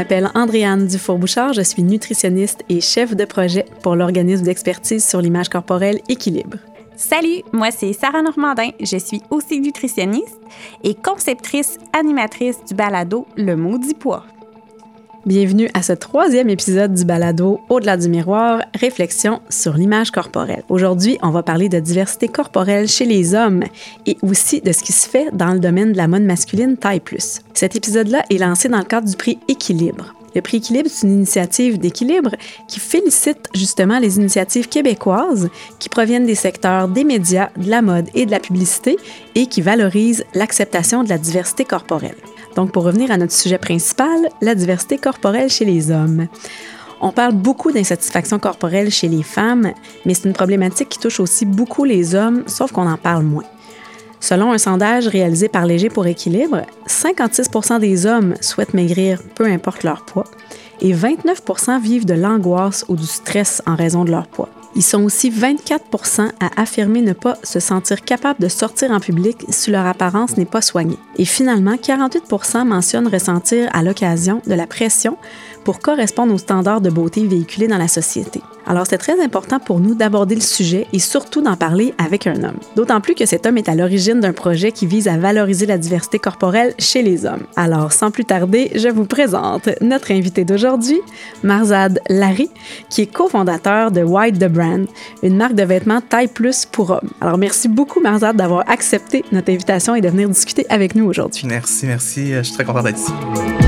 m'appelle Andréane Dufour-Bouchard, je suis nutritionniste et chef de projet pour l'organisme d'expertise sur l'image corporelle Équilibre. Salut, moi c'est Sarah Normandin, je suis aussi nutritionniste et conceptrice animatrice du balado Le Maudit Poids. Bienvenue à ce 3e épisode du balado Au-delà du miroir, réflexion sur l'image corporelle. Aujourd'hui, on va parler de diversité corporelle chez les hommes et aussi de ce qui se fait dans le domaine de la mode masculine taille plus. Cet épisode-là est lancé dans le cadre du prix Équilibre. Le prix Équilibre, c'est une initiative d'équilibre qui félicite justement les initiatives québécoises qui proviennent des secteurs des médias, de la mode et de la publicité et qui valorisent l'acceptation de la diversité corporelle. Donc, pour revenir à notre sujet principal, la diversité corporelle chez les hommes. On parle beaucoup d'insatisfaction corporelle chez les femmes, mais c'est une problématique qui touche aussi beaucoup les hommes, sauf qu'on en parle moins. Selon un sondage réalisé par Léger pour Équilibre, 56% des hommes souhaitent maigrir, peu importe leur poids, et 29% vivent de l'angoisse ou du stress en raison de leur poids. Ils sont aussi 24% à affirmer ne pas se sentir capables de sortir en public si leur apparence n'est pas soignée. Et finalement, 48% mentionnent ressentir à l'occasion de la pression pour correspondre aux standards de beauté véhiculés dans la société. Alors, c'est très important pour nous d'aborder le sujet et surtout d'en parler avec un homme. D'autant plus que cet homme est à l'origine d'un projet qui vise à valoriser la diversité corporelle chez les hommes. Alors, sans plus tarder, je vous présente notre invité d'aujourd'hui, Marzad Larry, qui est cofondateur de Wide the Brand, une marque de vêtements taille plus pour hommes. Alors, merci beaucoup, Marzad, d'avoir accepté notre invitation et de venir discuter avec nous aujourd'hui. Merci. Je suis très content d'être ici.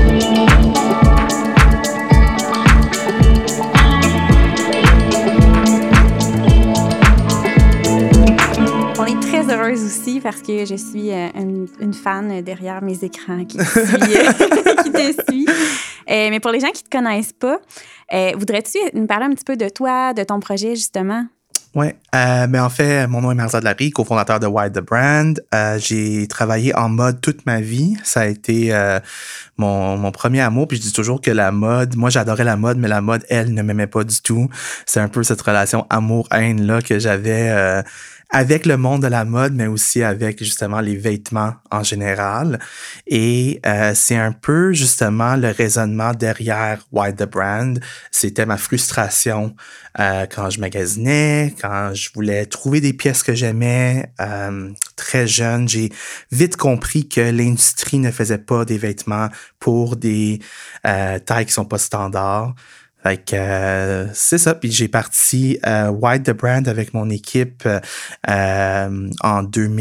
Heureuse aussi parce que je suis une fan derrière mes écrans qui te suit. Mais pour les gens qui ne te connaissent pas, voudrais-tu nous parler un petit peu de toi, de ton projet justement? Oui, mais en fait, mon nom est Marzad Larry, cofondateur de Wide the Brand. J'ai travaillé en mode toute ma vie. Ça a été mon premier amour. Puis je dis toujours que la mode, moi j'adorais la mode, mais la mode, elle, ne m'aimait pas du tout. C'est un peu cette relation amour-haine-là que j'avais avec le monde de la mode, mais aussi avec justement les vêtements en général. Et c'est un peu justement le raisonnement derrière Wide the Brand. C'était ma frustration quand je magasinais, quand je voulais trouver des pièces que j'aimais. Très jeune, j'ai vite compris que l'industrie ne faisait pas des vêtements pour des tailles qui sont pas standards. Fait que c'est ça. Puis j'ai parti Wide the Brand avec mon équipe en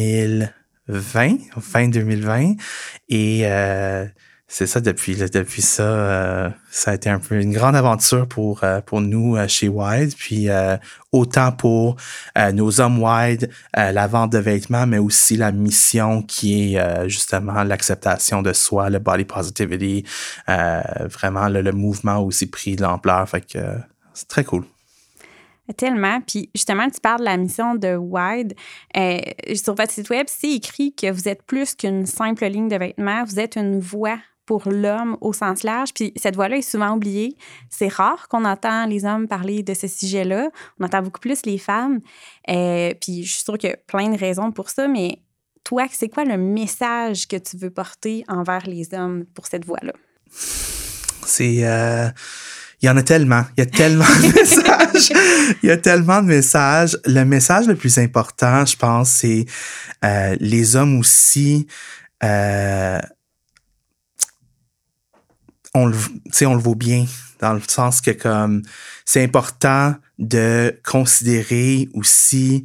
fin 2020. Et c'est ça, depuis ça, ça a été un peu une grande aventure pour nous chez Wide. Puis autant pour nos hommes Wide, la vente de vêtements, mais aussi la mission qui est justement l'acceptation de soi, le body positivity. Vraiment, le mouvement a aussi pris de l'ampleur. Fait que c'est très cool. Tellement. Puis justement, tu parles de la mission de Wide. Sur votre site web, c'est écrit que vous êtes plus qu'une simple ligne de vêtements. Vous êtes une voix pour l'homme au sens large. Puis cette voix-là est souvent oubliée. C'est rare qu'on entend les hommes parler de ce sujet-là. On entend beaucoup plus les femmes. Puis je suis sûre qu'il y a plein de raisons pour ça, mais toi, c'est quoi le message que tu veux porter envers les hommes pour cette voix-là? Il y en a tellement. Il y a tellement de messages. Il y a tellement de messages. Le message le plus important, je pense, c'est les hommes aussi. On le vaut bien, dans le sens que comme c'est important de considérer aussi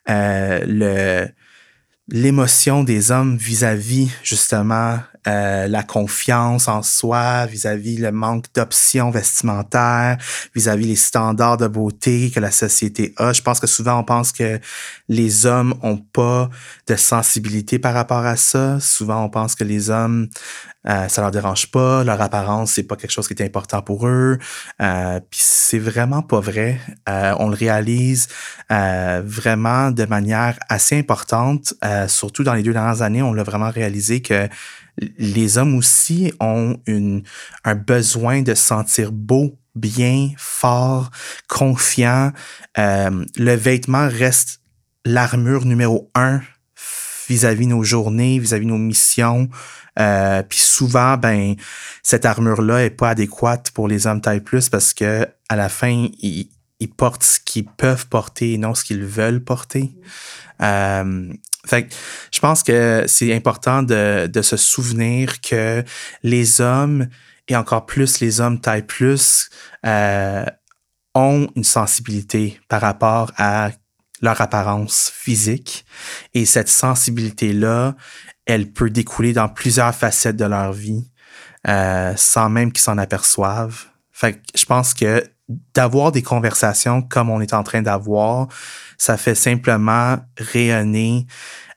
l'émotion des hommes vis-à-vis justement la confiance en soi, vis-à-vis le manque d'options vestimentaires, vis-à-vis les standards de beauté que la société a. Je pense que souvent on pense que les hommes ont pas de sensibilité par rapport à ça. Souvent on pense que les hommes ça leur dérange pas, leur apparence c'est pas quelque chose qui est important pour eux. Puis c'est vraiment pas vrai. On le réalise vraiment de manière assez importante, surtout dans les 2 dernières années, on l'a vraiment réalisé que les hommes aussi ont un besoin de se sentir beau, bien, fort, confiant. Le vêtement reste l'armure numéro 1 vis-à-vis nos journées, vis-à-vis nos missions. Puis souvent, cette armure-là est pas adéquate pour les hommes taille plus parce que à la fin, ils portent ce qu'ils peuvent porter et non ce qu'ils veulent porter. Fait que je pense que c'est important de se souvenir que les hommes, et encore plus les hommes taille plus, ont une sensibilité par rapport à leur apparence physique. Et cette sensibilité-là, elle peut découler dans plusieurs facettes de leur vie sans même qu'ils s'en aperçoivent. Fait que je pense que d'avoir des conversations comme on est en train d'avoir, ça fait simplement rayonner,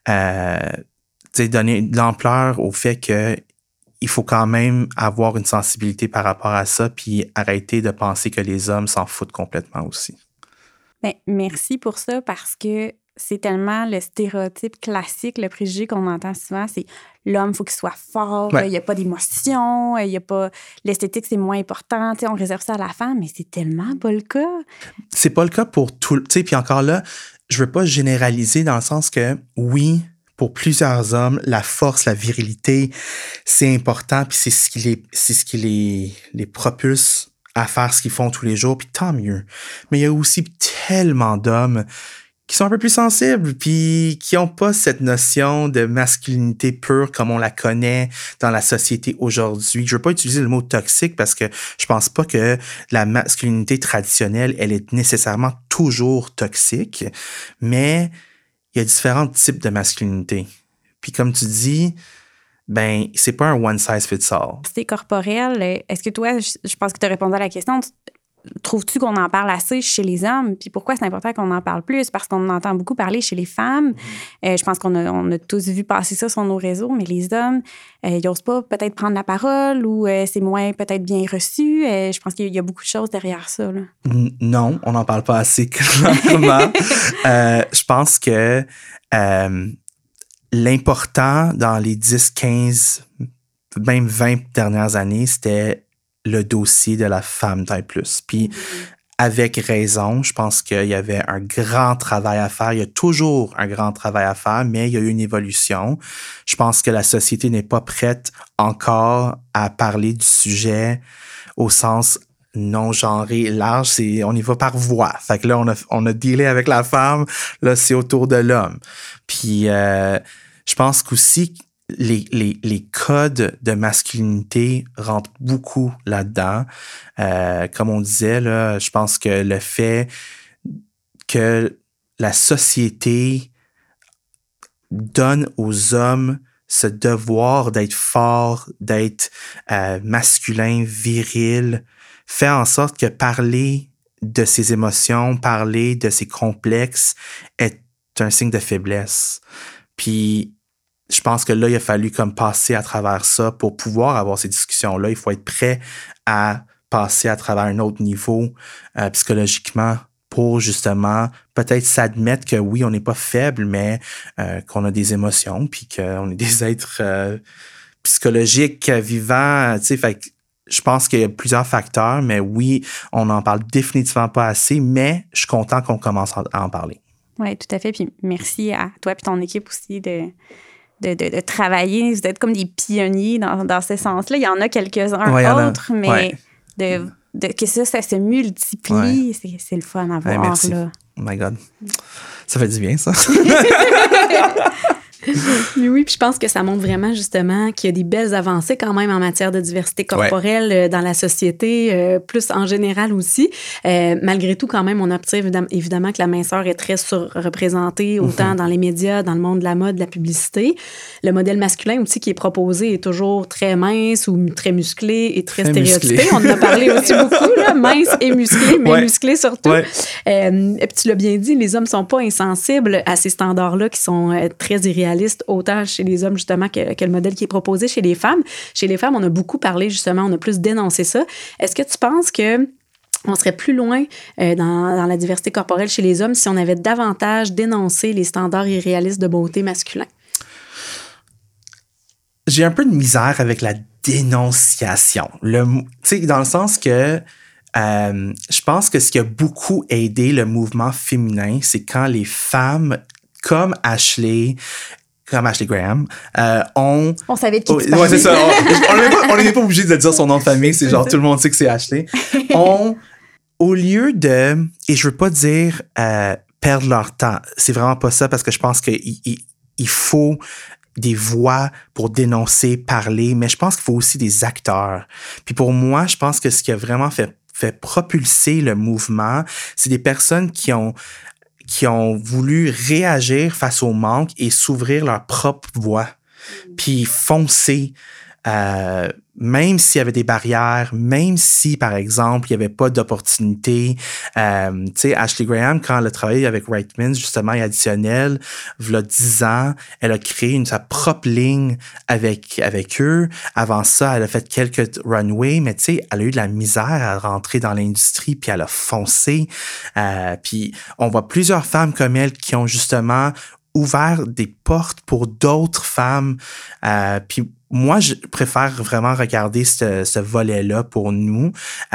donner de l'ampleur au fait que il faut quand même avoir une sensibilité par rapport à ça, puis arrêter de penser que les hommes s'en foutent complètement aussi. Bien, merci pour ça, parce que c'est tellement le stéréotype classique, le préjugé qu'on entend souvent, c'est l'homme, il faut qu'il soit fort, il n'y a pas d'émotion, il y a pas... L'esthétique, c'est moins important, on réserve ça à la femme, mais c'est tellement pas le cas. C'est pas le cas pour tout... Tu sais, puis encore là, je veux pas généraliser dans le sens que, oui, pour plusieurs hommes, la force, la virilité, c'est important, puis c'est ce qui les propulse à faire ce qu'ils font tous les jours, puis tant mieux. Mais il y a aussi tellement d'hommes qui sont un peu plus sensibles, puis qui n'ont pas cette notion de masculinité pure comme on la connaît dans la société aujourd'hui. Je veux pas utiliser le mot toxique parce que je pense pas que la masculinité traditionnelle, elle est nécessairement toujours toxique, mais il y a différents types de masculinité. Puis comme tu dis, c'est pas un one size fits all. C'est corporel. Est-ce que toi, je pense que tu as répondu à la question, trouves-tu qu'on en parle assez chez les hommes? Puis pourquoi c'est important qu'on en parle plus? Parce qu'on entend beaucoup parler chez les femmes. Je pense qu'on a tous vu passer ça sur nos réseaux, mais les hommes, ils n'osent pas peut-être prendre la parole ou c'est moins peut-être bien reçu. Je pense qu'il y a beaucoup de choses derrière ça. Là. Non, on n'en parle pas assez clairement. Je pense que l'important dans les 10, 15, même 20 dernières années, c'était le dossier de la femme taille plus. Puis, avec raison, je pense qu'il y avait un grand travail à faire. Il y a toujours un grand travail à faire, mais il y a eu une évolution. Je pense que la société n'est pas prête encore à parler du sujet au sens non-genré large. On y va par voie. Fait que là, on a dealé avec la femme. Là, c'est autour de l'homme. Puis, je pense qu'aussi, les codes de masculinité rentrent beaucoup là-dedans. Comme on disait, là, je pense que le fait que la société donne aux hommes ce devoir d'être fort, d'être masculin, viril, fait en sorte que parler de ses émotions, parler de ses complexes est un signe de faiblesse. Puis, je pense que là, il a fallu comme passer à travers ça pour pouvoir avoir ces discussions-là. Il faut être prêt à passer à travers un autre niveau psychologiquement pour justement peut-être s'admettre que oui, on n'est pas faible, mais qu'on a des émotions puis qu'on est des êtres psychologiques vivants. Tu sais, fait que je pense qu'il y a plusieurs facteurs, mais oui, on n'en parle définitivement pas assez, mais je suis content qu'on commence à en parler. Oui, tout à fait. Puis merci à toi et ton équipe aussi de travailler. Vous êtes comme des pionniers dans ce sens-là. Il y en a quelques-uns autres, mais que ça se multiplie, c'est le fun à voir. Merci. Là. Oh my God. Ça fait du bien, ça. Mais oui, puis je pense que ça montre vraiment justement qu'il y a des belles avancées quand même en matière de diversité corporelle dans la société, plus en général aussi. Malgré tout, quand même, on observe évidemment que la minceur est très surreprésentée, autant dans les médias, dans le monde de la mode, de la publicité. Le modèle masculin aussi qui est proposé est toujours très mince ou très musclé et très stéréotypé. Musclé. On en a parlé aussi beaucoup, là, mince et musclé, mais musclé surtout. Ouais. Et puis tu l'as bien dit, les hommes ne sont pas insensibles à ces standards-là qui sont très irréalistes, autant chez les hommes, justement, que le modèle qui est proposé chez les femmes. Chez les femmes, on a beaucoup parlé, justement, on a plus dénoncé ça. Est-ce que tu penses que on serait plus loin dans la diversité corporelle chez les hommes si on avait davantage dénoncé les standards irréalistes de beauté masculins? J'ai un peu de misère avec la dénonciation. Tu sais, dans le sens que je pense que ce qui a beaucoup aidé le mouvement féminin, c'est quand les femmes comme Ashley, comme Ashley Graham, On savait de qui tu parlais. Ouais, c'est ça. On n'est pas obligé de dire son nom de famille. C'est genre, tout le monde sait que c'est Ashley. Au lieu de, et je veux pas dire perdre leur temps, c'est vraiment pas ça, parce que je pense qu'il faut des voix pour dénoncer, parler, mais je pense qu'il faut aussi des acteurs. Puis pour moi, je pense que ce qui a vraiment fait propulser le mouvement, c'est des personnes qui ont voulu réagir face au manque et s'ouvrir leur propre voie, puis foncer, même s'il y avait des barrières, même si, par exemple, il n'y avait pas d'opportunité. Tu sais, Ashley Graham, quand elle a travaillé avec Reitman, justement, et Additionnel, v'là 10 ans, elle a créé sa propre ligne avec eux. Avant ça, elle a fait quelques runways, mais tu sais, elle a eu de la misère à rentrer dans l'industrie, puis elle a foncé. Puis on voit plusieurs femmes comme elle qui ont justement ouvert des portes pour d'autres femmes. Puis moi, je préfère vraiment regarder ce volet-là pour nous.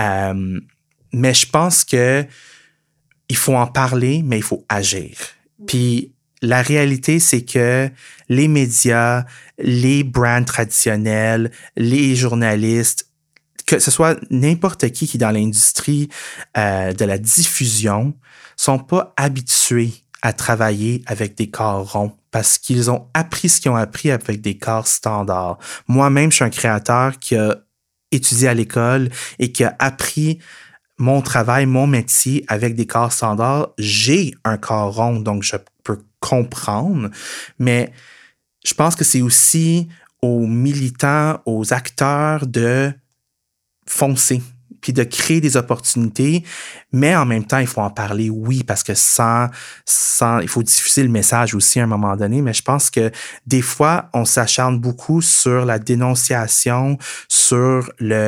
Mais je pense que il faut en parler, mais il faut agir. Puis la réalité, c'est que les médias, les brands traditionnels, les journalistes, que ce soit n'importe qui est dans l'industrie de la diffusion, sont pas habitués à travailler avec des corps ronds parce qu'ils ont appris ce qu'ils ont appris avec des corps standards. Moi-même, je suis un créateur qui a étudié à l'école et qui a appris mon travail, mon métier avec des corps standards. J'ai un corps rond, donc je peux comprendre, mais je pense que c'est aussi aux militants, aux acteurs de foncer, puis de créer des opportunités, mais en même temps, il faut en parler, oui, parce que sans il faut diffuser le message aussi à un moment donné, mais je pense que des fois, on s'acharne beaucoup sur la dénonciation, sur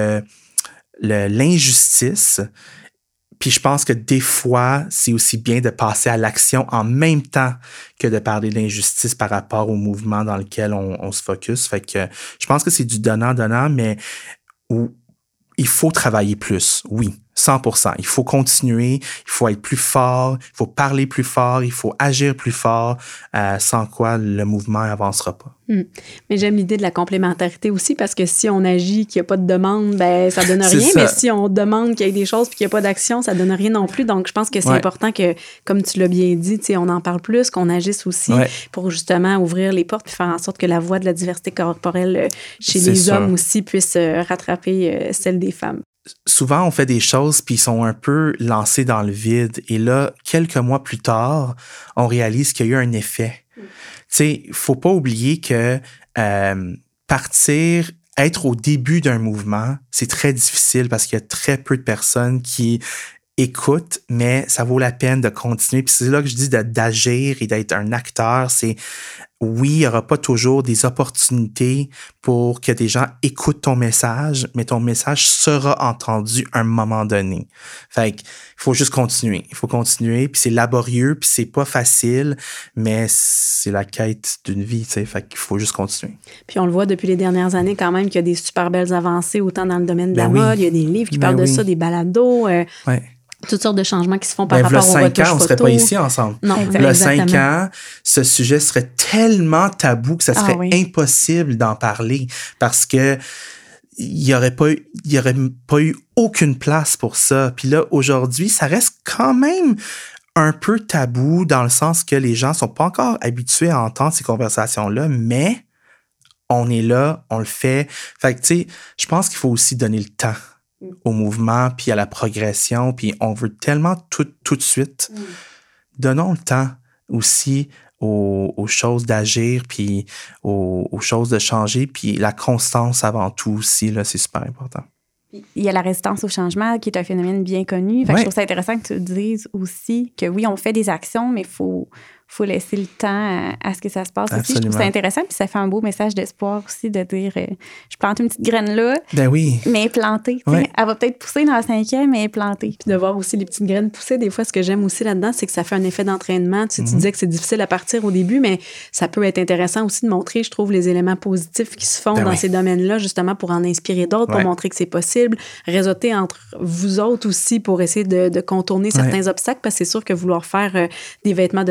l'injustice, puis je pense que des fois, c'est aussi bien de passer à l'action en même temps que de parler de l'injustice par rapport au mouvement dans lequel on se focus. Fait que je pense que c'est du donnant-donnant, mais où il faut travailler plus, oui, 100%. Il faut continuer, il faut être plus fort, il faut parler plus fort, il faut agir plus fort, sans quoi le mouvement n'avancera pas. Mais j'aime l'idée de la complémentarité aussi, parce que si on agit, qu'il n'y a pas de demande, ben ça donne rien. Mais si on demande qu'il y ait des choses puis qu'il n'y a pas d'action, ça donne rien non plus. Donc, je pense que c'est important que, comme tu l'as bien dit, on en parle plus, qu'on agisse aussi pour justement ouvrir les portes puis faire en sorte que la voix de la diversité corporelle chez les hommes aussi puisse rattraper celle des femmes. Souvent, on fait des choses puis ils sont un peu lancés dans le vide. Et là, quelques mois plus tard, on réalise qu'il y a eu un effet. Tu sais, il faut pas oublier que être au début d'un mouvement, c'est très difficile parce qu'il y a très peu de personnes qui écoutent, mais ça vaut la peine de continuer. Puis c'est là que je dis d'agir et d'être un acteur. C'est oui, il n'y aura pas toujours des opportunités pour que des gens écoutent ton message, mais ton message sera entendu à un moment donné. Fait qu'il faut juste continuer. Il faut continuer, puis c'est laborieux, puis c'est pas facile, mais c'est la quête d'une vie, tu sais. Fait qu'il faut juste continuer. Puis on le voit depuis les dernières années quand même qu'il y a des super belles avancées, autant dans le domaine de la mode, il y a des livres qui parlent de ça, des balados. Toutes sortes de changements qui se font par rapport au retouche photo. 5 ans, on ne serait pas ici ensemble. Non, le 5 ans, ce sujet serait tellement tabou que ça serait impossible d'en parler parce que il y aurait pas eu aucune place pour ça. Puis là, aujourd'hui, ça reste quand même un peu tabou dans le sens que les gens sont pas encore habitués à entendre ces conversations-là, mais on est là, on le fait. Fait que, tu sais, je pense qu'il faut aussi donner le temps au mouvement, puis à la progression, puis on veut tellement tout de suite. Donnons le temps aussi aux choses d'agir, puis aux choses de changer, puis la constance avant tout aussi, là, c'est super important. Il y a la résistance au changement qui est un phénomène bien connu. Fait que je trouve ça intéressant que tu dises aussi que oui, on fait des actions, mais il faut laisser le temps à ce que ça se passe aussi. Je trouve ça intéressant, puis ça fait un beau message d'espoir aussi de dire je plante une petite graine là, mais elle est plantée. Elle va peut-être pousser dans la 5e, mais elle est plantée. Puis de voir aussi les petites graines pousser, des fois, ce que j'aime aussi là-dedans, c'est que ça fait un effet d'entraînement. Tu disais que c'est difficile à partir au début, mais ça peut être intéressant aussi de montrer, je trouve, les éléments positifs qui se font dans ces domaines-là, justement pour en inspirer d'autres, pour montrer que c'est possible, réseauter entre vous autres aussi pour essayer de contourner certains obstacles, parce que c'est sûr que vouloir faire des vêtements de taille diverse,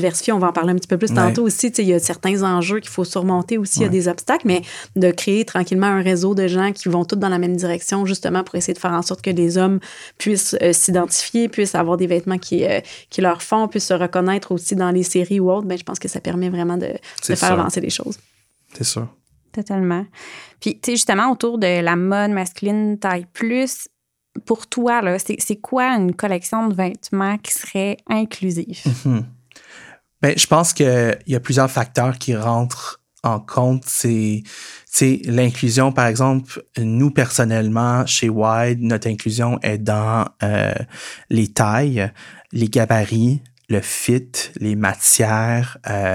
diversifier. On va en parler un petit peu plus tantôt aussi. Il y a certains enjeux qu'il faut surmonter aussi. Il y a des obstacles, mais de créer tranquillement un réseau de gens qui vont tous dans la même direction, justement pour essayer de faire en sorte que les hommes puissent s'identifier, puissent avoir des vêtements qui leur font, puissent se reconnaître aussi dans les séries ou autres. Ben, je pense que ça permet vraiment de faire avancer les choses. C'est sûr. Totalement. Puis, tu sais, justement, autour de la mode masculine taille plus, pour toi, là, c'est quoi une collection de vêtements qui serait inclusive? Bien, je pense qu'il y a plusieurs facteurs qui rentrent en compte. C'est l'inclusion, par exemple, nous, personnellement, chez Wide, notre inclusion est dans les tailles, les gabarits, le fit, les matières,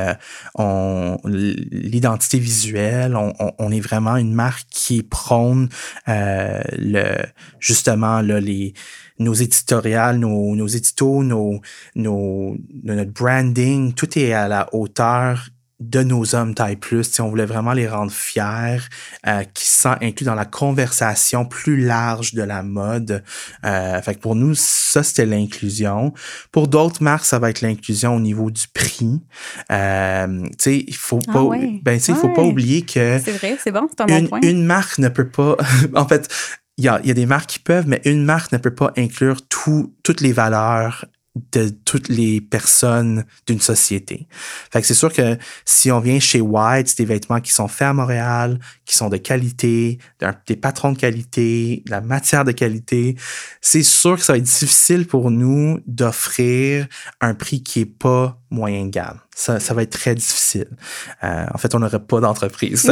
l'identité visuelle. On est vraiment une marque qui prône justement là, nos éditoriales, nos éditos, notre branding. Tout est à la hauteur de nos hommes taille plus. T'sais, on voulait vraiment les rendre fiers, qui se sentent inclus dans la conversation plus large de la mode. Fait que pour nous, ça, c'était l'inclusion. Pour d'autres marques, ça va être l'inclusion au niveau du prix. Il faut pas, faut pas oublier que... C'est vrai, c'est bon, c'est pas mon point. Une marque ne peut pas... En fait, il y a des marques qui peuvent, mais une marque ne peut pas inclure toutes les valeurs de toutes les personnes d'une société. Fait que c'est sûr que si on vient chez Wide, c'est des vêtements qui sont faits à Montréal, qui sont de qualité, des patrons de qualité, de la matière de qualité. C'est sûr que ça va être difficile pour nous d'offrir un prix qui est pas moyen de gamme. Ça va être très difficile. En fait, on n'aurait pas d'entreprise.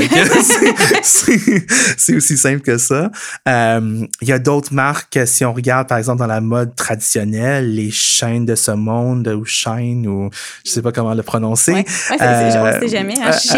C'est aussi simple que ça. Il y a d'autres marques, si on regarde, par exemple, dans la mode traditionnelle, les chaînes de ce monde, ou Shine, ou je sais pas comment le prononcer. Ouais, on sait jamais.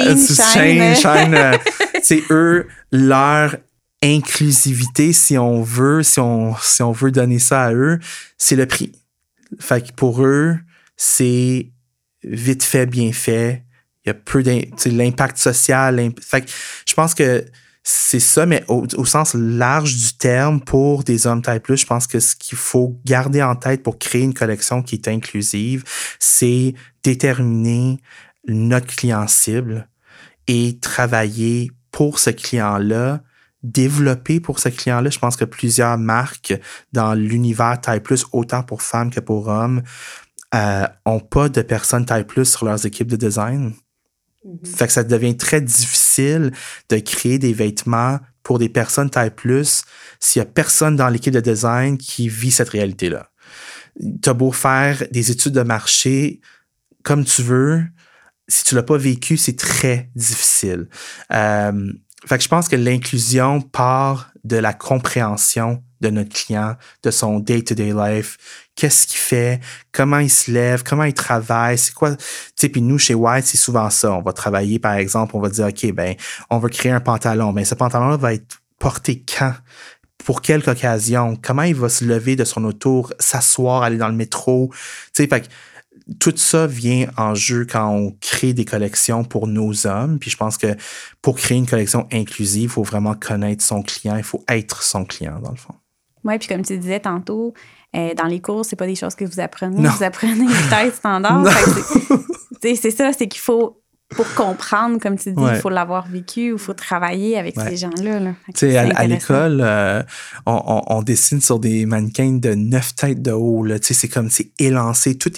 Shine. C'est eux, leur inclusivité, si on veut donner ça à eux, c'est le prix. Fait que pour eux, c'est vite fait, bien fait. Il y a peu l'impact social. Fait que je pense que c'est ça, mais au sens large du terme, pour des hommes taille plus, je pense que ce qu'il faut garder en tête pour créer une collection qui est inclusive, c'est déterminer notre client cible et travailler pour ce client-là, développer pour ce client-là. Je pense que plusieurs marques dans l'univers taille plus, autant pour femmes que pour hommes, ont pas de personnes taille plus sur leurs équipes de design. Fait que ça devient très difficile de créer des vêtements pour des personnes taille plus s'il y a personne dans l'équipe de design qui vit cette réalité-là. T'as beau faire des études de marché comme tu veux, si tu l'as pas vécu, c'est très difficile. Fait que je pense que l'inclusion part de la compréhension de notre client, de son day-to-day life, qu'est-ce qu'il fait, comment il se lève, comment il travaille, c'est quoi... Tu sais, puis nous, chez White, c'est souvent ça. On va travailler, par exemple, on va dire, OK, ben, on veut créer un pantalon. Ben, ce pantalon-là va être porté quand? Pour quelle occasion? Comment il va se lever de son auto, s'asseoir, aller dans le métro? Tu sais, fait que tout ça vient en jeu quand on crée des collections pour nos hommes. Puis je pense que pour créer une collection inclusive, il faut vraiment connaître son client. Il faut être son client, dans le fond. Oui, puis comme tu disais tantôt, dans les cours, c'est pas des choses que vous apprenez. Non. Vous apprenez les tailles standards. C'est ça, c'est qu'il faut, pour comprendre, comme tu dis, il faut l'avoir vécu ou il faut travailler avec ces gens-là. Là. Tu sais, à l'école, on dessine sur des mannequins de 9 têtes de haut. Tu sais, c'est comme, c'est élancé. Tout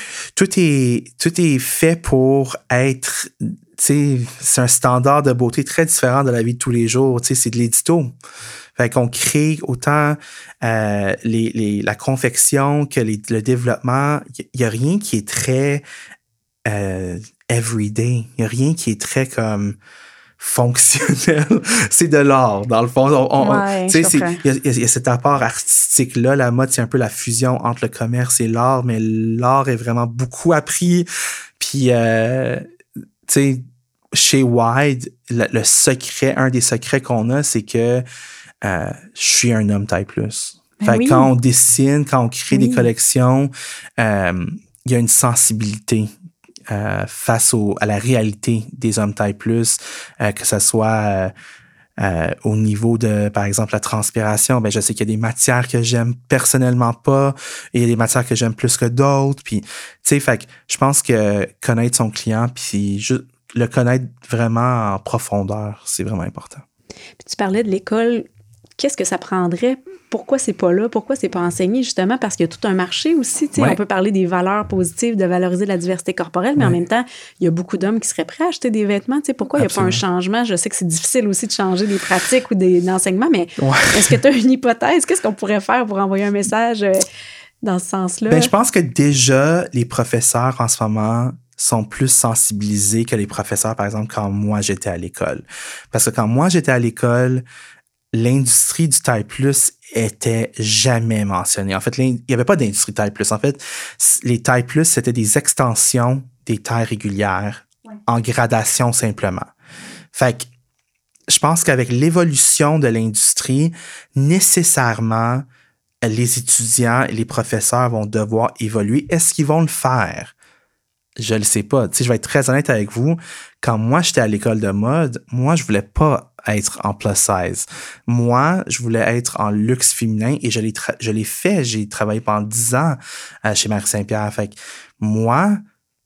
est fait pour être... Tu sais, c'est un standard de beauté très différent de la vie de tous les jours. Tu sais, c'est de l'édito. Fait qu'on crée autant la confection que le développement. Il n'y a rien qui est très everyday. Il n'y a rien qui est très comme fonctionnel. C'est de l'art, dans le fond. Tu sais, il y a cet apport artistique-là. La mode, c'est un peu la fusion entre le commerce et l'art, mais l'art est vraiment beaucoup appris. Puis, tu sais, chez Wide, le secret, un des secrets qu'on a, c'est que je suis un homme taille plus. Fait que quand on dessine, quand on crée des collections, il y a une sensibilité face à la réalité des hommes taille plus, que ce soit Au niveau de, par exemple, la transpiration, ben je sais qu'il y a des matières que j'aime personnellement pas et il y a des matières que j'aime plus que d'autres. Puis, tu sais, fait que je pense que connaître son client puis juste le connaître vraiment en profondeur, c'est vraiment important. Puis tu parlais de l'école. Qu'est-ce que ça prendrait? Pourquoi c'est pas là? Pourquoi c'est pas enseigné? Justement, parce qu'il y a tout un marché aussi. On peut parler des valeurs positives, de valoriser la diversité corporelle, mais en même temps, il y a beaucoup d'hommes qui seraient prêts à acheter des vêtements. Pourquoi il n'y a pas un changement? Je sais que c'est difficile aussi de changer des pratiques ou d'enseignements, mais est-ce que tu as une hypothèse? Qu'est-ce qu'on pourrait faire pour envoyer un message dans ce sens-là? Ben, je pense que déjà, les professeurs en ce moment sont plus sensibilisés que les professeurs, par exemple, quand moi, j'étais à l'école. Parce que quand moi, j'étais à l'école, l'industrie du taille plus était jamais mentionnée. En fait, il n'y avait pas d'industrie taille plus. En fait, les tailles plus, c'était des extensions des tailles régulières en gradation simplement. Fait que je pense qu'avec l'évolution de l'industrie, nécessairement, les étudiants et les professeurs vont devoir évoluer. Est-ce qu'ils vont le faire? Je le sais pas. Tu sais, je vais être très honnête avec vous. Quand moi, j'étais à l'école de mode, moi, je voulais pas être en plus size. Moi, je voulais être en luxe féminin et je l'ai fait. J'ai travaillé pendant 10 ans chez Marie Saint-Pierre. Fait que moi,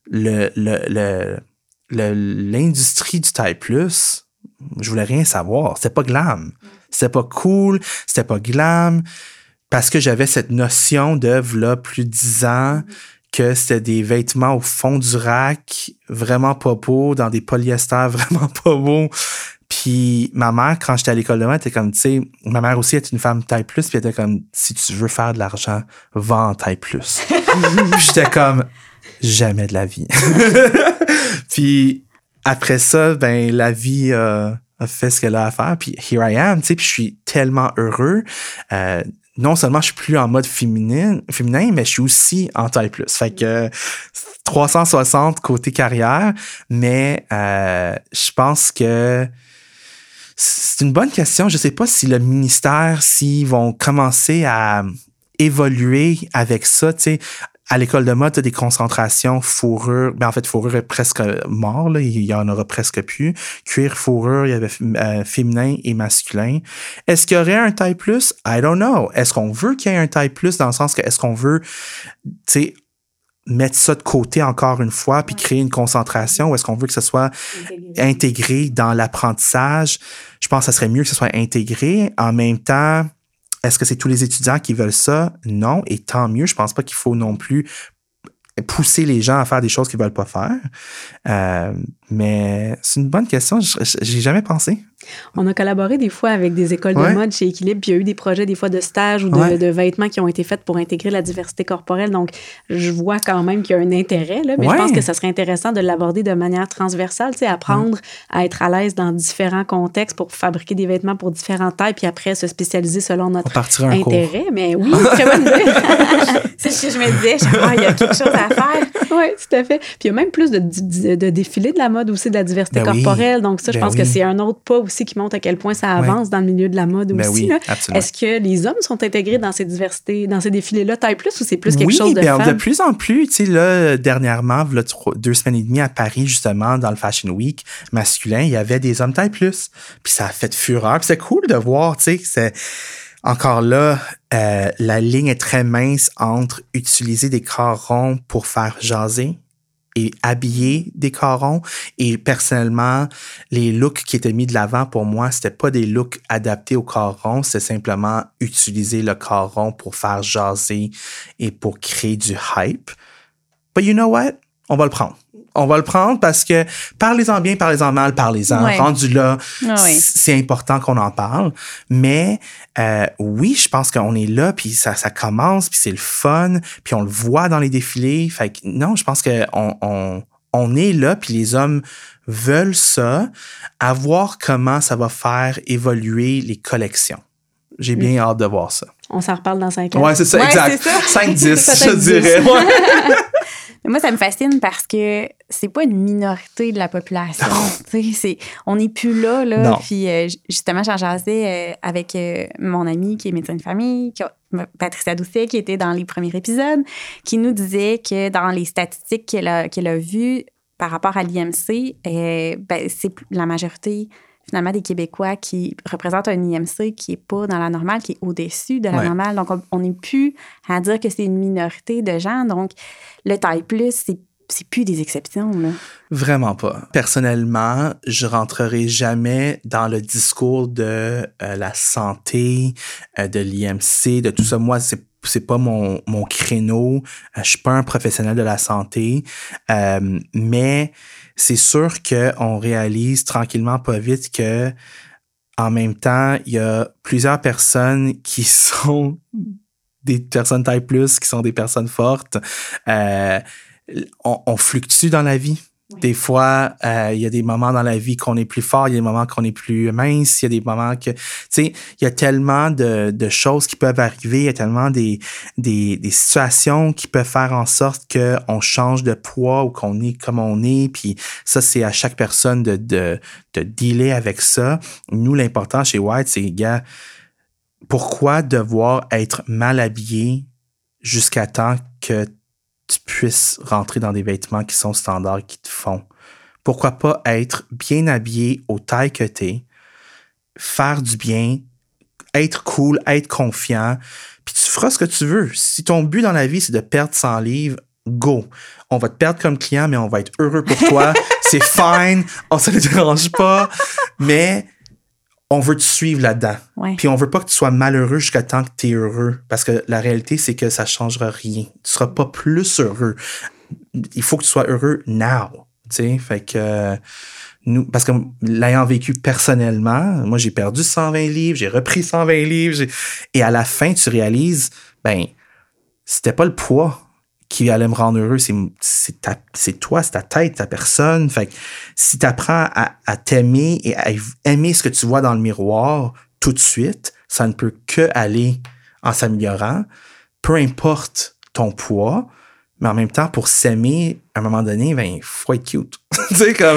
l'industrie du taille plus, je voulais rien savoir. C'était pas glam. C'était pas cool. C'était pas glam. Parce que j'avais cette notion de, là, plus de 10 ans, que c'était des vêtements au fond du rack, vraiment pas beaux, dans des polyesters vraiment pas beaux. Puis ma mère, quand j'étais à l'école de mode, était comme, tu sais, ma mère aussi est une femme taille plus, puis elle était comme, si tu veux faire de l'argent, vends en taille plus. Puis j'étais comme, jamais de la vie. Puis après ça, ben la vie a fait ce qu'elle a à faire, puis here I am, tu sais, puis je suis tellement heureux. Non seulement je suis plus en mode féminin, mais je suis aussi en taille plus. Fait que 360 côté carrière, mais je pense que c'est une bonne question. Je sais pas si le ministère, s'ils vont commencer à évoluer avec ça, tu sais. À l'école de mode, tu as des concentrations fourrure. Ben en fait, fourrure est presque mort, là. Il y en aura presque plus. Cuir, fourrure, il y avait féminin et masculin. Est-ce qu'il y aurait un taille plus? I don't know. Est-ce qu'on veut qu'il y ait un taille plus dans le sens que est-ce qu'on veut, tu sais, mettre ça de côté encore une fois puis créer une concentration ou est-ce qu'on veut que ce soit intégré dans l'apprentissage? Je pense que ça serait mieux que ce soit intégré. En même temps, est-ce que c'est tous les étudiants qui veulent ça? Non, et tant mieux. Je pense pas qu'il faut non plus pousser les gens à faire des choses qu'ils veulent pas faire. Mais c'est une bonne question. J'ai jamais pensé. On a collaboré des fois avec des écoles de mode chez Équilibre, puis il y a eu des projets des fois de stages ou de vêtements qui ont été faits pour intégrer la diversité corporelle. Donc, je vois quand même qu'il y a un intérêt, là, mais je pense que ça serait intéressant de l'aborder de manière transversale, tu sais, apprendre à être à l'aise dans différents contextes pour fabriquer des vêtements pour différentes tailles, puis après se spécialiser selon notre intérêt. Mais oui, très bonne idée. C'est ce que je me disais. Il y a quelque chose à faire. Oui, tout à fait. Puis il y a même plus de défilés de la mode aussi, de la diversité corporelle. Donc ça, je pense que c'est un autre pas aussi qui montre à quel point ça avance dans le milieu de la mode aussi. Oui, est-ce que les hommes sont intégrés dans ces diversités, dans ces défilés-là taille plus ou c'est plus quelque chose de femme? De plus en plus, tu sais, là, dernièrement, là, 2 semaines et demie à Paris, justement, dans le Fashion Week masculin, il y avait des hommes taille plus. Puis ça a fait fureur. Puis c'est cool de voir, tu sais, que c'est... Encore là, la ligne est très mince entre utiliser des corps ronds pour faire jaser et habiller des corps ronds. Et personnellement, les looks qui étaient mis de l'avant pour moi, c'était pas des looks adaptés au corps rond, c'était simplement utiliser le corps rond pour faire jaser et pour créer du hype. But you know what? On va le prendre. On va le prendre parce que parlez-en bien, parlez-en mal, parlez-en. Rendu là, c'est important qu'on en parle. Mais oui, je pense qu'on est là, puis ça commence, puis c'est le fun, puis on le voit dans les défilés. Fait que non, je pense que on est là, puis les hommes veulent ça, à voir comment ça va faire évoluer les collections. J'ai bien hâte de voir ça. On s'en reparle dans 5 ans. Ouais, c'est ça, exact. 5-10, je dirais. Mais moi, ça me fascine parce que c'est pas une minorité de la population. On n'est plus là. Non. Puis justement, j'en jasais avec mon amie qui est médecin de famille, Patricia Doucet, qui était dans les premiers épisodes, qui nous disait que dans les statistiques qu'elle a vues par rapport à l'IMC, c'est la majorité finalement des Québécois qui représentent un IMC qui n'est pas dans la normale, qui est au-dessus de la normale. Donc, on n'est plus à dire que c'est une minorité de gens. Donc, le taille plus, c'est plus des exceptions, là. Vraiment pas. Personnellement, je rentrerai jamais dans le discours de la santé, de l'IMC, de tout ça. Moi, c'est pas mon créneau. Je suis pas un professionnel de la santé. Mais c'est sûr qu'on réalise tranquillement, pas vite, que en même temps, il y a plusieurs personnes qui sont des personnes taille plus, qui sont des personnes fortes. On fluctue dans la vie. Oui. Des fois, il y a des moments dans la vie qu'on est plus fort, il y a des moments qu'on est plus mince, il y a des moments que... Tu sais, il y a tellement de choses qui peuvent arriver, il y a tellement des situations qui peuvent faire en sorte qu'on change de poids ou qu'on est comme on est, puis ça, c'est à chaque personne de dealer avec ça. Nous, l'important chez White, c'est, gars, pourquoi devoir être mal habillé jusqu'à temps que tu puisses rentrer dans des vêtements qui sont standards, qui te font? Pourquoi pas être bien habillé aux tailles que t'es, faire du bien, être cool, être confiant, puis tu feras ce que tu veux. Si ton but dans la vie, c'est de perdre 100 livres, go. On va te perdre comme client, mais on va être heureux pour toi. C'est fine, ça ne dérange pas, mais on veut te suivre là-dedans. Ouais. Puis on veut pas que tu sois malheureux jusqu'à temps que tu es heureux. Parce que la réalité, c'est que ça changera rien. Tu seras pas plus heureux. Il faut que tu sois heureux now. Tu sais, fait que nous, parce que l'ayant vécu personnellement, moi, j'ai perdu 120 livres, j'ai repris 120 livres. Et à la fin, tu réalises, c'était pas le poids qui allait me rendre heureux, c'est toi, c'est ta tête, ta personne. Fait que si tu apprends à t'aimer et à aimer ce que tu vois dans le miroir tout de suite, ça ne peut que aller en s'améliorant, peu importe ton poids, mais en même temps, pour s'aimer, à un moment donné, il faut être cute. Tu sais, comme,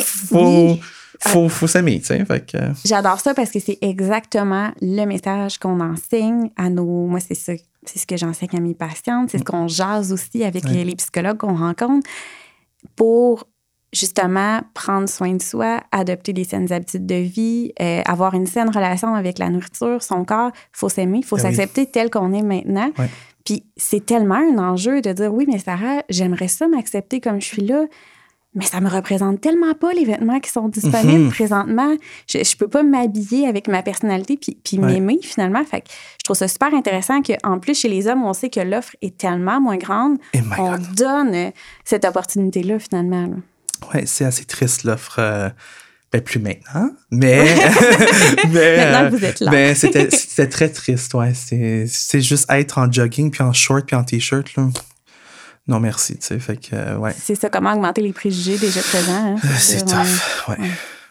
faut s'aimer, tu sais. Fait que... J'adore ça parce que c'est exactement le message qu'on enseigne à nos... Moi, c'est ça. C'est ce que j'enseigne à mes patientes. C'est ce qu'on jase aussi avec les psychologues qu'on rencontre pour justement prendre soin de soi, adopter des saines habitudes de vie, avoir une saine relation avec la nourriture, son corps. Il faut s'aimer, il faut s'accepter tel qu'on est maintenant. Ouais. Puis c'est tellement un enjeu de dire, oui, mais Sarah, j'aimerais ça m'accepter comme je suis là, mais ça me représente tellement pas les vêtements qui sont disponibles présentement. Je peux pas m'habiller avec ma personnalité puis m'aimer finalement. Fait que je trouve ça super intéressant qu'en plus, chez les hommes, on sait que l'offre est tellement moins grande. On donne cette opportunité-là finalement. Oui, c'est assez triste l'offre. Plus maintenant, mais... maintenant que vous êtes là. Mais c'était très triste, ouais. C'est juste être en jogging puis en short puis en t-shirt, là. Non, merci, tu sais, fait que, ouais. C'est ça, comment augmenter les préjugés déjà présents. Hein? C'est tough, ouais.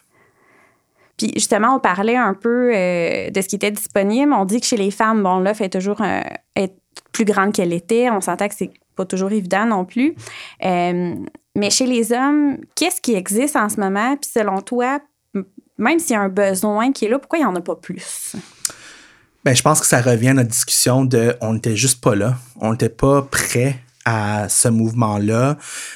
Puis justement, on parlait un peu de ce qui était disponible. On dit que chez les femmes, bon, l'offre est toujours est plus grande qu'elle était. On s'entend que c'est pas toujours évident non plus. Mais chez les hommes, qu'est-ce qui existe en ce moment? Puis selon toi, même s'il y a un besoin qui est là, pourquoi il n'y en a pas plus? Je pense que ça revient à notre discussion de on n'était juste pas là. On n'était pas prêt à ce mouvement-là.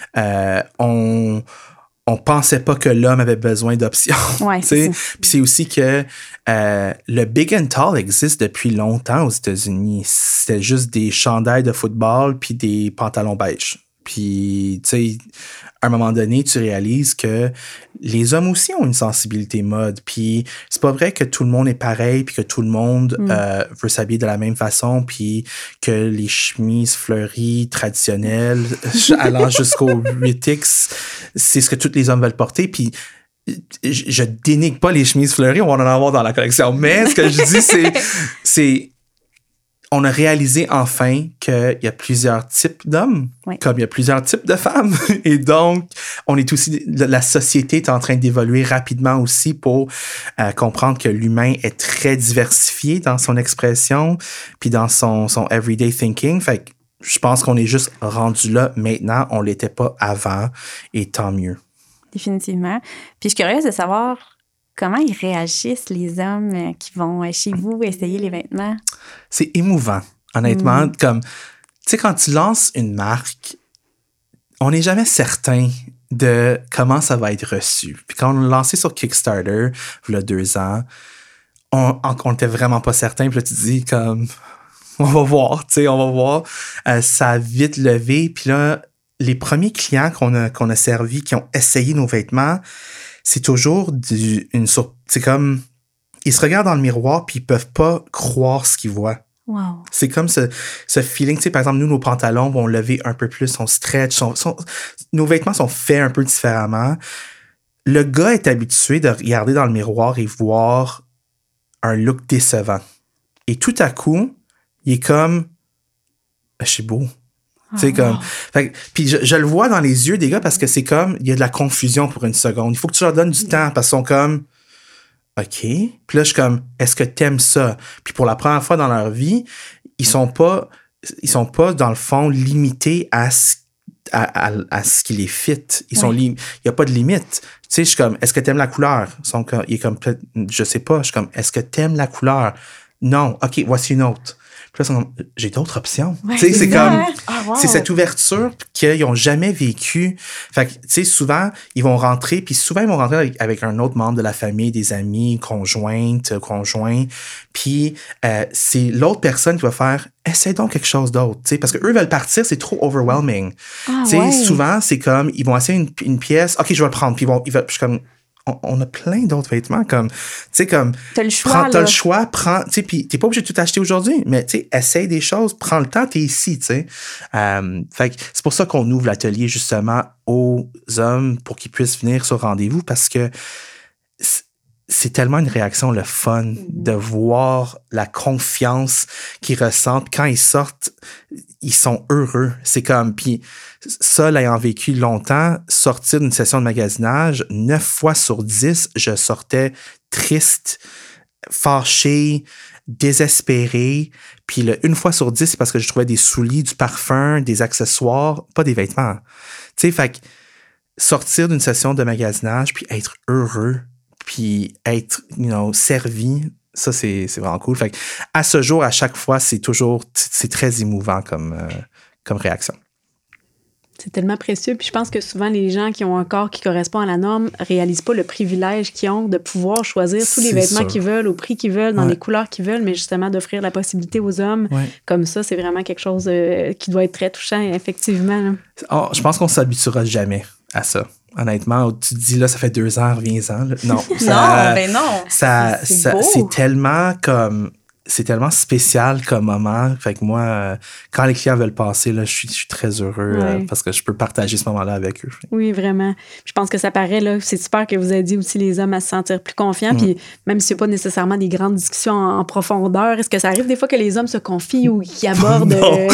On pensait pas que l'homme avait besoin d'options. Ouais, c'est ça. Puis c'est aussi que le big and tall existe depuis longtemps aux États-Unis. C'était juste des chandails de football puis des pantalons beige. Puis, tu sais, à un moment donné, tu réalises que les hommes aussi ont une sensibilité mode. Puis, c'est pas vrai que tout le monde est pareil, puis que tout le monde veut s'habiller de la même façon, puis que les chemises fleuries traditionnelles, allant jusqu'au 8X, c'est ce que tous les hommes veulent porter. Puis, je dénigre pas les chemises fleuries, on va en avoir dans la collection. Mais ce que je dis, c'est on a réalisé enfin qu'il y a plusieurs types d'hommes, comme il y a plusieurs types de femmes. Et donc, on est aussi, la société est en train d'évoluer rapidement aussi pour comprendre que l'humain est très diversifié dans son expression puis dans son everyday thinking. Fait que je pense qu'on est juste rendu là maintenant. On l'était pas avant et tant mieux. Définitivement. Puis je suis curieuse de savoir comment ils réagissent, les hommes qui vont chez vous essayer les vêtements? C'est émouvant, honnêtement. Comme, tu sais, quand tu lances une marque, on n'est jamais certain de comment ça va être reçu. Puis quand on l'a lancé sur Kickstarter, il y a 2 ans, on était vraiment pas certain. Puis là, tu te dis comme, on va voir, tu sais, on va voir. Ça a vite levé. Puis là, les premiers clients qu'on a servis, qui ont essayé nos vêtements, c'est toujours c'est comme, ils se regardent dans le miroir puis ils peuvent pas croire ce qu'ils voient. Wow. C'est comme ce feeling, tu sais, par exemple, nous, nos pantalons vont lever un peu plus, on stretch, nos vêtements sont faits un peu différemment. Le gars est habitué de regarder dans le miroir et voir un look décevant. Et tout à coup, il est comme, je suis beau. Tu sais, comme, puis je le vois dans les yeux des gars parce que c'est comme, il y a de la confusion pour une seconde. Il faut que tu leur donnes du temps parce qu'ils sont comme, OK. Puis là, je suis comme, est-ce que t'aimes ça? Puis pour la première fois dans leur vie, ils sont pas dans le fond limités à ce qui les fit. Il y a pas de limite. Tu sais, je suis comme, est-ce que t'aimes la couleur? Il est comme, je sais pas. Je suis comme, est-ce que t'aimes la couleur? Non. OK, voici une autre. Puis là, j'ai d'autres options. Ouais, tu sais, c'est comme, wow. c'est cette ouverture qu'ils n'ont jamais vécue. Fait que, tu sais, souvent, ils vont rentrer avec un autre membre de la famille, des amis, conjoints. Puis, c'est l'autre personne qui va faire, essaie donc quelque chose d'autre. Tu sais, parce que eux veulent partir, c'est trop overwhelming. Tu sais, souvent, c'est comme, ils vont essayer une pièce, OK, je vais le prendre. Puis je suis comme, on a plein d'autres vêtements comme, tu sais, comme, t'as le choix, prends, tu sais, puis t'es pas obligé de tout acheter aujourd'hui, mais tu sais, essaye des choses, prends le temps, t'es ici, tu sais. Fait que c'est pour ça qu'on ouvre l'atelier justement aux hommes pour qu'ils puissent venir sur rendez-vous parce que c'est tellement une réaction, le fun de voir la confiance qu'ils ressentent. Quand ils sortent, ils sont heureux. C'est comme, puis ça, l'ayant vécu longtemps, sortir d'une session de magasinage, 9 fois sur 10, je sortais triste, fâché, désespéré. Puis une fois sur 10, c'est parce que je trouvais des souliers, du parfum, des accessoires, pas des vêtements. Tu sais, fait que sortir d'une session de magasinage puis être heureux, puis être, servi, ça, c'est vraiment cool. Fait que à ce jour, à chaque fois, c'est très émouvant comme réaction. C'est tellement précieux. Puis je pense que souvent, les gens qui ont un corps qui correspond à la norme réalisent pas le privilège qu'ils ont de pouvoir choisir tous les vêtements qu'ils veulent, au prix qu'ils veulent, dans les couleurs qu'ils veulent, mais justement d'offrir la possibilité aux hommes. Ouais. Comme ça, c'est vraiment quelque chose qui doit être très touchant, effectivement. Oh, je pense qu'on s'habituera jamais à ça. Honnêtement, tu te dis, là, ça fait 2 ans, reviens-en. Là. Non. Non. C'est tellement comme... C'est tellement spécial comme moment. Fait que moi, quand les clients veulent passer, là, je suis très heureux parce que je peux partager ce moment-là avec eux. Oui, vraiment. Je pense que ça paraît, là, c'est super que vous aidiez aussi les hommes à se sentir plus confiants. Puis même s'il n'y a pas nécessairement des grandes discussions en profondeur, est-ce que ça arrive des fois que les hommes se confient ou qu'ils abordent... Non,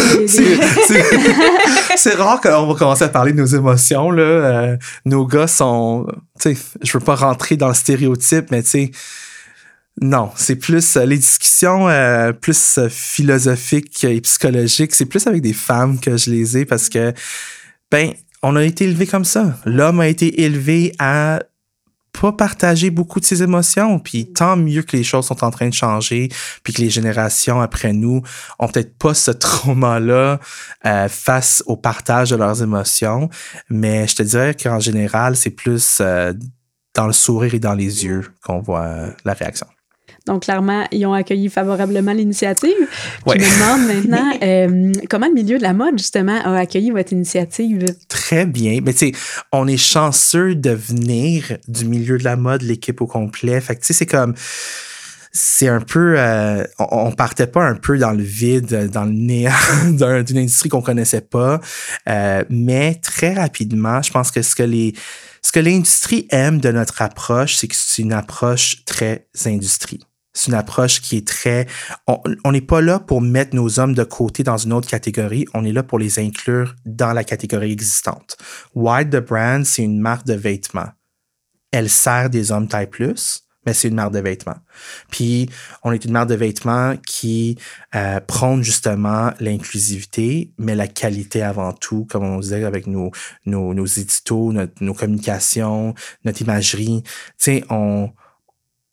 c'est rare qu'on va commencer à parler de nos émotions. Là. Nos gars sont... Tu sais, je veux pas rentrer dans le stéréotype, mais tu sais... Non, c'est plus les discussions plus philosophiques et psychologiques. C'est plus avec des femmes que je les ai parce que, on a été élevé comme ça. L'homme a été élevé à pas partager beaucoup de ses émotions. Puis tant mieux que les choses sont en train de changer puis que les générations après nous ont peut-être pas ce trauma-là face au partage de leurs émotions. Mais je te dirais qu'en général, c'est plus dans le sourire et dans les yeux qu'on voit la réaction. Donc, clairement, ils ont accueilli favorablement l'initiative. Je me demande maintenant comment le milieu de la mode, justement, a accueilli votre initiative. Très bien. Mais tu sais, on est chanceux de venir du milieu de la mode, l'équipe au complet. Fait que tu sais, c'est comme... C'est un peu... on partait pas un peu dans le vide, dans le néant d'une industrie qu'on connaissait pas. Mais très rapidement, je pense que ce que l'industrie aime de notre approche, c'est que c'est une approche très industrie. C'est une approche qui est très... On n'est pas là pour mettre nos hommes de côté dans une autre catégorie. On est là pour les inclure dans la catégorie existante. Wild the Brand, c'est une marque de vêtements. Elle sert des hommes taille plus, mais c'est une marque de vêtements. Puis, on est une marque de vêtements qui prône justement l'inclusivité, mais la qualité avant tout, comme on disait avec nos éditos, nos communications, notre imagerie. Tu sais,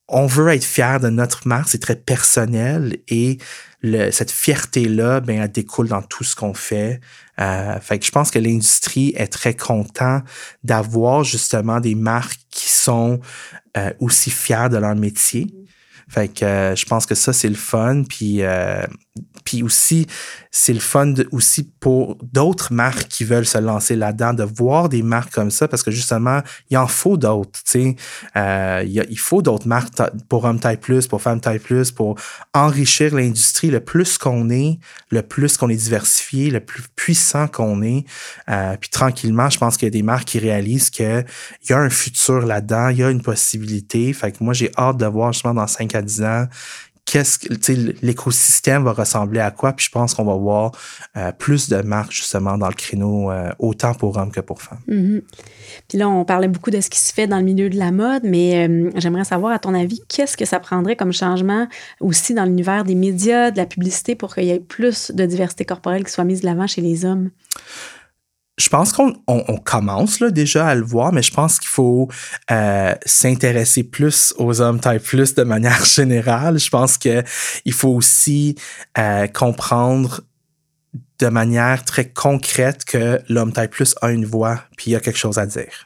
on veut être fier de notre marque, c'est très personnel et cette fierté-là, ben, elle découle dans tout ce qu'on fait. Fait que je pense que l'industrie est très content d'avoir justement des marques qui sont aussi fières de leur métier. Fait que je pense que ça, c'est le fun. Puis aussi, c'est le fun aussi pour d'autres marques qui veulent se lancer là-dedans, de voir des marques comme ça, parce que justement, il en faut d'autres. Tu sais, il faut d'autres marques pour Homme Taille Plus, pour Femme Taille Plus, pour enrichir l'industrie. Le plus qu'on est diversifié, le plus puissant qu'on est. Puis tranquillement, je pense qu'il y a des marques qui réalisent qu'il y a un futur là-dedans, il y a une possibilité. Fait que moi, j'ai hâte de voir justement dans 5 à 10 ans l'écosystème va ressembler à quoi, puis je pense qu'on va voir plus de marques justement dans le créneau autant pour hommes que pour femmes. Mm-hmm. Puis là, on parlait beaucoup de ce qui se fait dans le milieu de la mode, mais j'aimerais savoir, à ton avis, qu'est-ce que ça prendrait comme changement aussi dans l'univers des médias, de la publicité, pour qu'il y ait plus de diversité corporelle qui soit mise de l'avant chez les hommes? Je pense qu'on commence là, déjà à le voir, mais je pense qu'il faut s'intéresser plus aux hommes taille plus de manière générale. Je pense qu'il faut aussi comprendre de manière très concrète que l'homme taille plus a une voix, puis il a quelque chose à dire.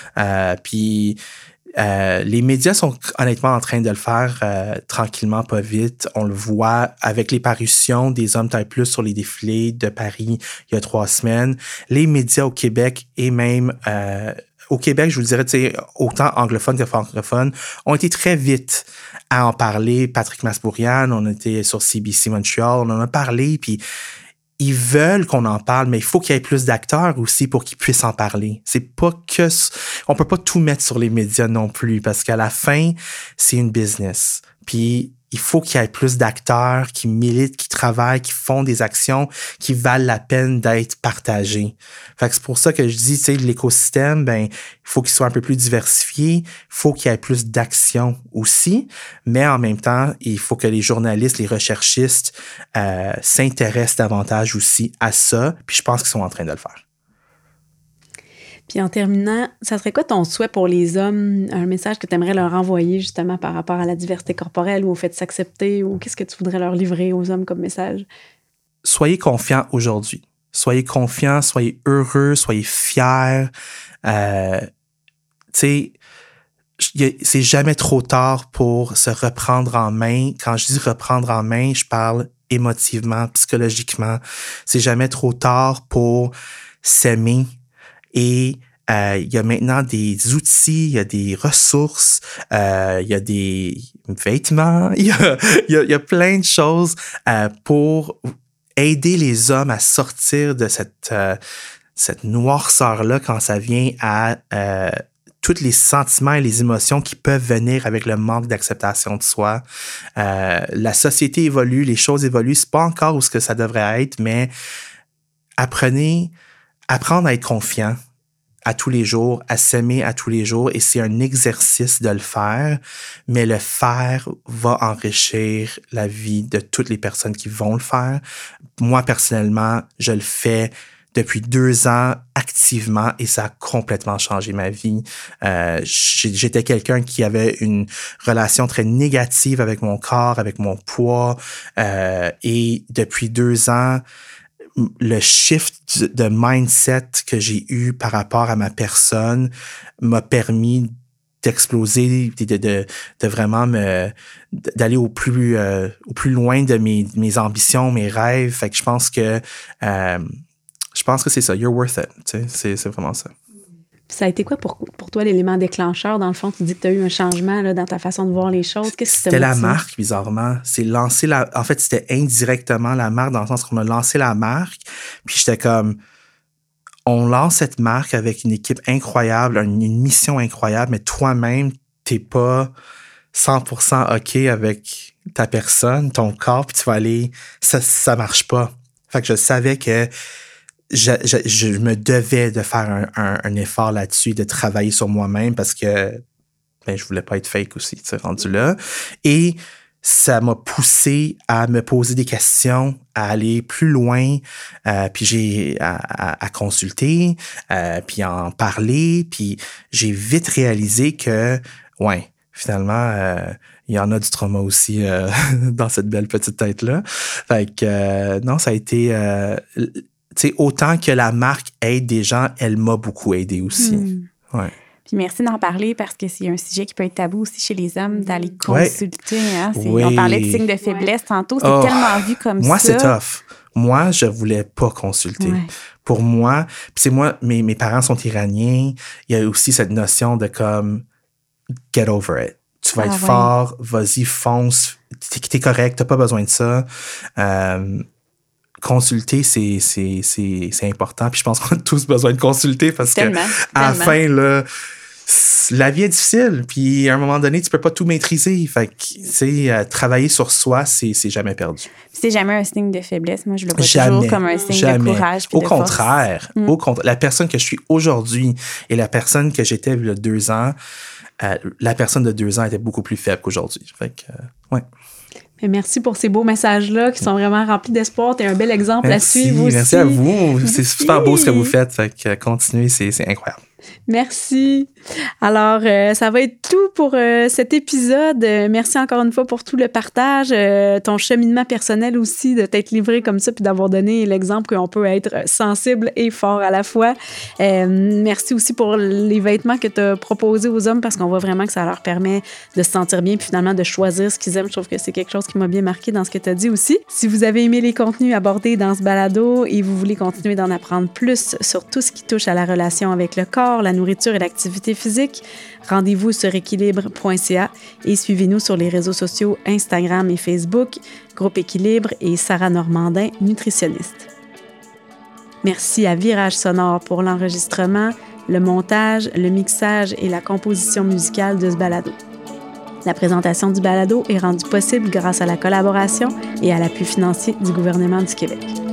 Les médias sont honnêtement en train de le faire tranquillement, pas vite. On le voit avec les parutions des hommes taille plus sur les défilés de Paris il y a 3 semaines. Les médias au Québec et même au Québec, je vous dirais, autant anglophone que francophone, ont été très vite à en parler. Patrick Masbourian, on était sur CBC Montreal, on en a parlé, puis ils veulent qu'on en parle, mais il faut qu'il y ait plus d'acteurs aussi pour qu'ils puissent en parler. C'est pas que... On peut pas tout mettre sur les médias non plus, parce qu'à la fin, c'est une business. Puis il faut qu'il y ait plus d'acteurs qui militent, qui travaillent, qui font des actions qui valent la peine d'être partagées. Fait que c'est pour ça que je dis, tu sais, l'écosystème, ben, il faut qu'il soit un peu plus diversifié, il faut qu'il y ait plus d'actions aussi, mais en même temps, il faut que les journalistes, les recherchistes s'intéressent davantage aussi à ça, puis je pense qu'ils sont en train de le faire. Puis en terminant, ça serait quoi ton souhait pour les hommes? Un message que tu aimerais leur envoyer justement par rapport à la diversité corporelle ou au fait de s'accepter, ou qu'est-ce que tu voudrais leur livrer aux hommes comme message? Soyez confiants aujourd'hui. Soyez confiants, soyez heureux, soyez fiers. Tu sais, c'est jamais trop tard pour se reprendre en main. Quand je dis reprendre en main, je parle émotivement, psychologiquement. C'est jamais trop tard pour s'aimer. Et il y a maintenant des outils, il y a des ressources, il y a des vêtements, il y a plein de choses pour aider les hommes à sortir de cette noirceur-là quand ça vient à tous les sentiments et les émotions qui peuvent venir avec le manque d'acceptation de soi. La société évolue, les choses évoluent. C'est pas encore où ce que ça devrait être, mais apprendre à être confiant à tous les jours, à s'aimer à tous les jours, et c'est un exercice de le faire, mais le faire va enrichir la vie de toutes les personnes qui vont le faire. Moi, personnellement, je le fais depuis 2 ans activement et ça a complètement changé ma vie. J'étais quelqu'un qui avait une relation très négative avec mon corps, avec mon poids, et depuis 2 ans, le shift de mindset que j'ai eu par rapport à ma personne m'a permis d'exploser, de vraiment d'aller au plus loin de mes ambitions, mes rêves. Fait que je pense que c'est ça. You're worth it. Tu sais, c'est vraiment ça. Ça a été quoi pour toi l'élément déclencheur? Dans le fond, tu dis que tu as eu un changement là, dans ta façon de voir les choses. Qu'est-ce qui t'a C'était motivé? la marque, bizarrement. En fait, c'était indirectement la marque, dans le sens qu'on a lancé la marque. Puis j'étais comme, on lance cette marque avec une équipe incroyable, une mission incroyable, mais toi-même, t'es pas 100% OK avec ta personne, ton corps, puis tu vas aller... Ça marche pas. Fait que je savais que je me devais de faire un effort là-dessus, de travailler sur moi-même parce que je voulais pas être fake aussi, tu sais, rendu là. Et ça m'a poussé à me poser des questions, à aller plus loin, puis j'ai à consulter, puis à en parler, puis j'ai vite réalisé que, finalement, il y en a du trauma aussi dans cette belle petite tête-là. Fait que, non, ça a été... tu sais, autant que la marque aide des gens, elle m'a beaucoup aidé aussi. Ouais. Puis merci d'en parler parce que c'est un sujet qui peut être tabou aussi chez les hommes d'aller consulter. Hein? On parlait de signes de faiblesse tantôt. C'est tellement vu comme moi, ça. Moi, c'est tough. Moi, je voulais pas consulter. Ouais. Pour moi, puis c'est moi, mes parents sont iraniens. Il y a aussi cette notion de comme get over it. Tu vas être fort, vas-y, fonce. T'es correct, t'as pas besoin de ça. Consulter, c'est important. Puis je pense qu'on a tous besoin de consulter parce que à la fin, là, la vie est difficile. Puis à un moment donné, tu peux pas tout maîtriser. Fait que, travailler sur soi, c'est jamais perdu. C'est jamais un signe de faiblesse. Moi, je le vois toujours comme un signe de courage. Au contraire. Au contraire. La personne que je suis aujourd'hui et la personne que j'étais il y a 2 ans, la personne de 2 ans était beaucoup plus faible qu'aujourd'hui. Fait que, ouais. Mais merci pour ces beaux messages-là qui sont vraiment remplis d'espoir. Tu es un bel exemple à suivre aussi. Merci à vous. C'est super beau ce que vous faites. Fait que continuez, c'est incroyable. Merci. Alors, ça va être tout pour cet épisode. Merci encore une fois pour tout le partage, ton cheminement personnel aussi, de t'être livré comme ça puis d'avoir donné l'exemple qu'on peut être sensible et fort à la fois. Merci aussi pour les vêtements que tu as proposés aux hommes parce qu'on voit vraiment que ça leur permet de se sentir bien puis finalement de choisir ce qu'ils aiment. Je trouve que c'est quelque chose qui m'a bien marqué dans ce que tu as dit aussi. Si vous avez aimé les contenus abordés dans ce balado et vous voulez continuer d'en apprendre plus sur tout ce qui touche à la relation avec le corps, la nourriture et l'activité physique, rendez-vous sur équilibre.ca et suivez-nous sur les réseaux sociaux Instagram et Facebook, Groupe Équilibre et Sarah Normandin, nutritionniste. Merci à Virage Sonore pour l'enregistrement, le montage, le mixage et la composition musicale de ce balado. La présentation du balado est rendue possible grâce à la collaboration et à l'appui financier du gouvernement du Québec.